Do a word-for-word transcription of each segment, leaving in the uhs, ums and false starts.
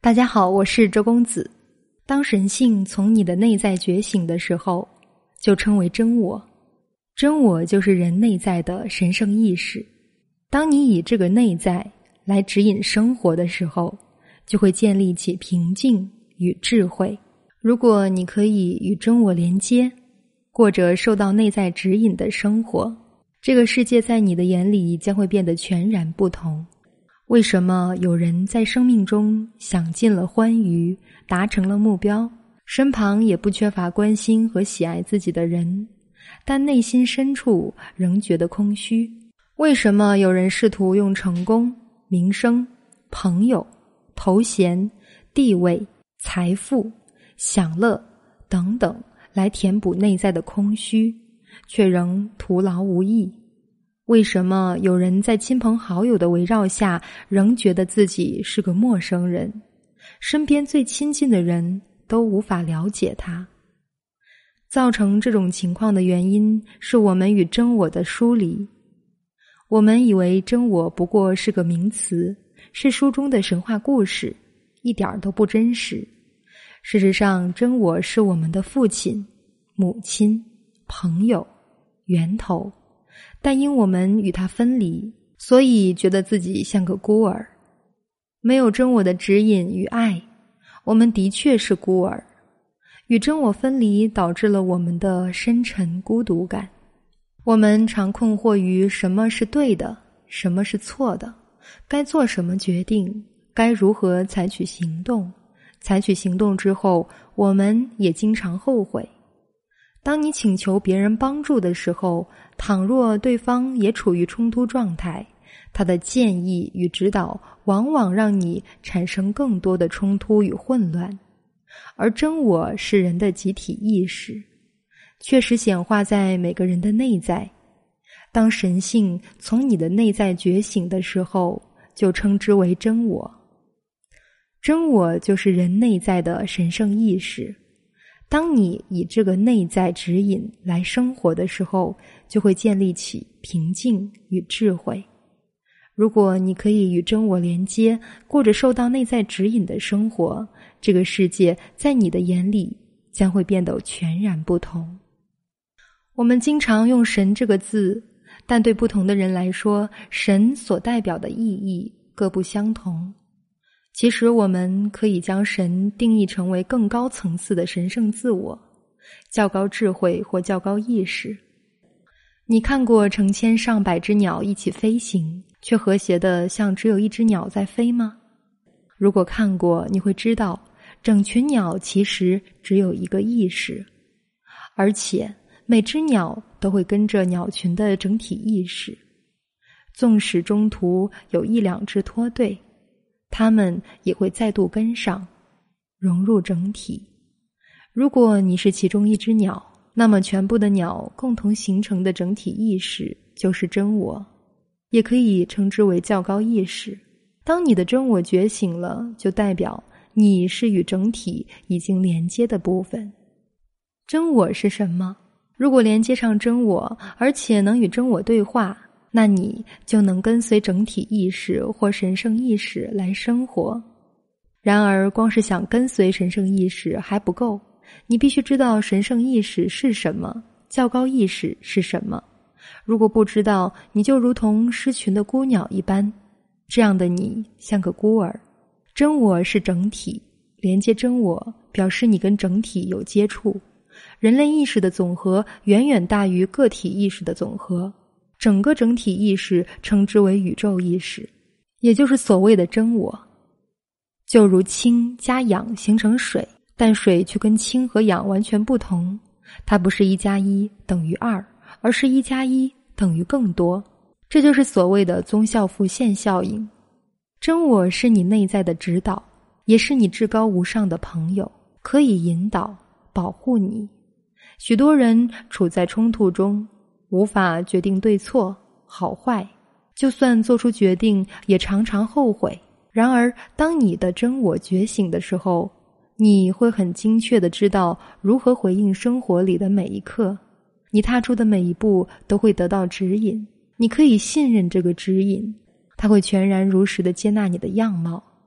大家好，我是周公子。当神性从你的内在觉醒的时候，就称为真我。真我就是人内在的神圣意识。当你以这个内在来指引生活的时候，就会建立起平静与智慧。如果你可以与真我连接，过着受到内在指引的生活，这个世界在你的眼里将会变得全然不同。为什么有人在生命中享尽了欢愉，达成了目标，身旁也不缺乏关心和喜爱自己的人，但内心深处仍觉得空虚？为什么有人试图用成功、名声、朋友、头衔、地位、财富、享乐等等来填补内在的空虚，却仍徒劳无益？为什么有人在亲朋好友的围绕下仍觉得自己是个陌生人，身边最亲近的人都无法了解他？造成这种情况的原因是我们与真我的疏离。我们以为真我不过是个名词，是书中的神话故事，一点都不真实。事实上，真我是我们的父亲、母亲、朋友、源头，但因我们与他分离，所以觉得自己像个孤儿。没有真我的指引与爱，我们的确是孤儿。与真我分离导致了我们的深沉孤独感。我们常困惑于什么是对的，什么是错的，该做什么决定，该如何采取行动。采取行动之后，我们也经常后悔。当你请求别人帮助的时候，倘若对方也处于冲突状态，他的建议与指导往往让你产生更多的冲突与混乱。而真我是人的集体意识，确实显化在每个人的内在。当神性从你的内在觉醒的时候，就称之为真我。真我就是人内在的神圣意识。当你以这个内在指引来生活的时候，就会建立起平静与智慧。如果你可以与真我连接，过着受到内在指引的生活，这个世界在你的眼里将会变得全然不同。我们经常用神这个字，但对不同的人来说，神所代表的意义各不相同。其实我们可以将神定义成为更高层次的神圣自我，较高智慧或较高意识。你看过成千上百只鸟一起飞行，却和谐的像只有一只鸟在飞吗？如果看过，你会知道，整群鸟其实只有一个意识，而且每只鸟都会跟着鸟群的整体意识。纵使中途有一两只脱队，它们也会再度跟上，融入整体。如果你是其中一只鸟，那么全部的鸟共同形成的整体意识就是真我，也可以称之为较高意识。当你的真我觉醒了，就代表你是与整体已经连接的部分。真我是什么？如果连接上真我，而且能与真我对话，那你就能跟随整体意识或神圣意识来生活。然而，光是想跟随神圣意识还不够，你必须知道神圣意识是什么，较高意识是什么。如果不知道，你就如同失群的孤鸟一般，这样的你像个孤儿。真我是整体，连接真我表示你跟整体有接触。人类意识的总和远远大于个体意识的总和，整个整体意识称之为宇宙意识，也就是所谓的真我。就如氢加氧形成水，但水却跟氢和氧完全不同，它不是一加一等于二，而是一加一等于更多。这就是所谓的宗效复现效应。真我是你内在的指导，也是你至高无上的朋友，可以引导保护你。许多人处在冲突中，无法决定对错好坏，就算做出决定也常常后悔。然而当你的真我觉醒的时候，你会很精确地知道如何回应生活里的每一刻，你踏出的每一步都会得到指引。你可以信任这个指引，它会全然如实地接纳你的样貌。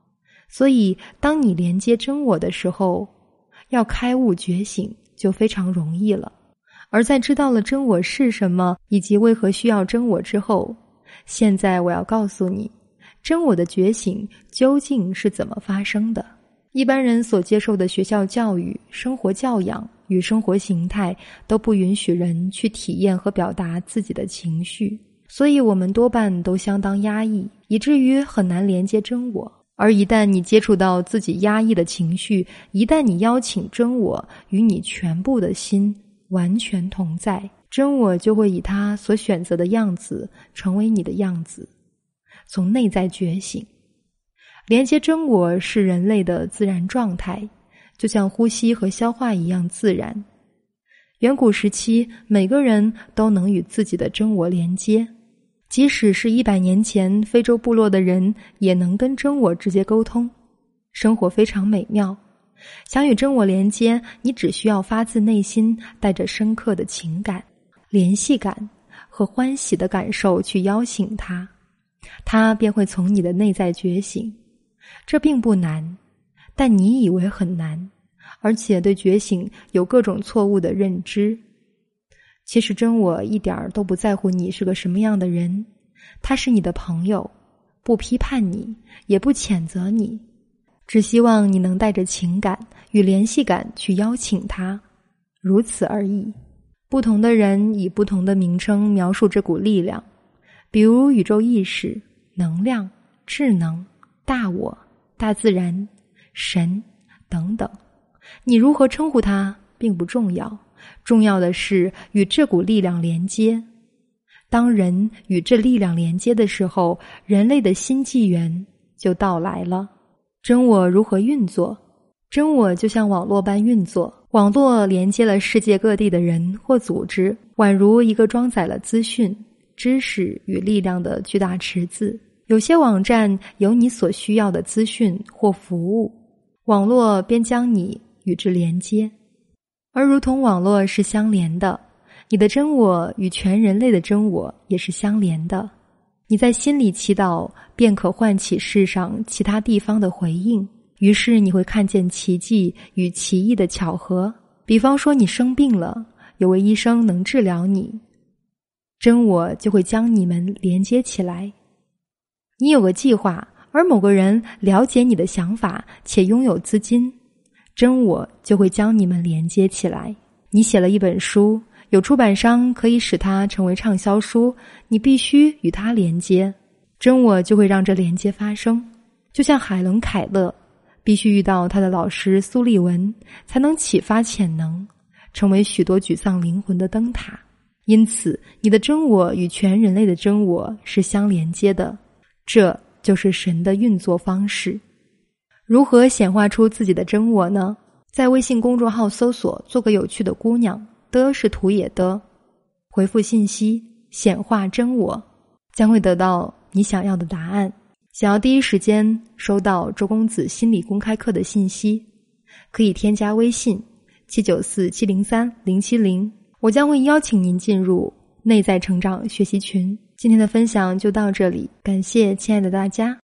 所以当你连接真我的时候，要开悟觉醒就非常容易了。而在知道了真我是什么以及为何需要真我之后，现在我要告诉你，真我的觉醒究竟是怎么发生的。一般人所接受的学校教育、生活教养与生活形态都不允许人去体验和表达自己的情绪，所以我们多半都相当压抑，以至于很难连接真我。而一旦你接触到自己压抑的情绪，一旦你邀请真我与你全部的心完全同在，真我就会以他所选择的样子成为你的样子，从内在觉醒。连接真我是人类的自然状态，就像呼吸和消化一样自然。远古时期，每个人都能与自己的真我连接，即使是一百年前非洲部落的人也能跟真我直接沟通，生活非常美妙。想与真我连接，你只需要发自内心带着深刻的情感、联系感和欢喜的感受去邀请它，它便会从你的内在觉醒。这并不难，但你以为很难，而且对觉醒有各种错误的认知。其实真我一点儿都不在乎你是个什么样的人，他是你的朋友，不批判你，也不谴责你，只希望你能带着情感与联系感去邀请他，如此而已。不同的人以不同的名称描述这股力量，比如宇宙意识、能量、智能、大我、大自然、神等等。你如何称呼它并不重要，重要的是与这股力量连接。当人与这力量连接的时候，人类的新纪元就到来了。真我如何运作？真我就像网络般运作，网络连接了世界各地的人或组织，宛如一个装载了资讯、知识与力量的巨大池子。有些网站有你所需要的资讯或服务，网络便将你与之连接。而如同网络是相连的，你的真我与全人类的真我也是相连的。你在心里祈祷，便可唤起世上其他地方的回应，于是你会看见奇迹与奇异的巧合。比方说你生病了，有位医生能治疗你，真我就会将你们连接起来。你有个计划，而某个人了解你的想法且拥有资金，真我就会将你们连接起来。你写了一本书，有出版商可以使它成为畅销书，你必须与它连接，真我就会让这连接发生。就像海伦·凯勒必须遇到他的老师苏利文，才能启发潜能，成为许多沮丧灵魂的灯塔。因此，你的真我与全人类的真我是相连接的，这就是神的运作方式。如何显化出自己的真我呢？在微信公众号搜索做个有趣的姑娘，的是土野的，回复信息显化真我，将会得到你想要的答案。想要第一时间收到周公子心理公开课的信息，可以添加微信七九四七零三零七零，我将会邀请您进入内在成长学习群。今天的分享就到这里，感谢亲爱的大家。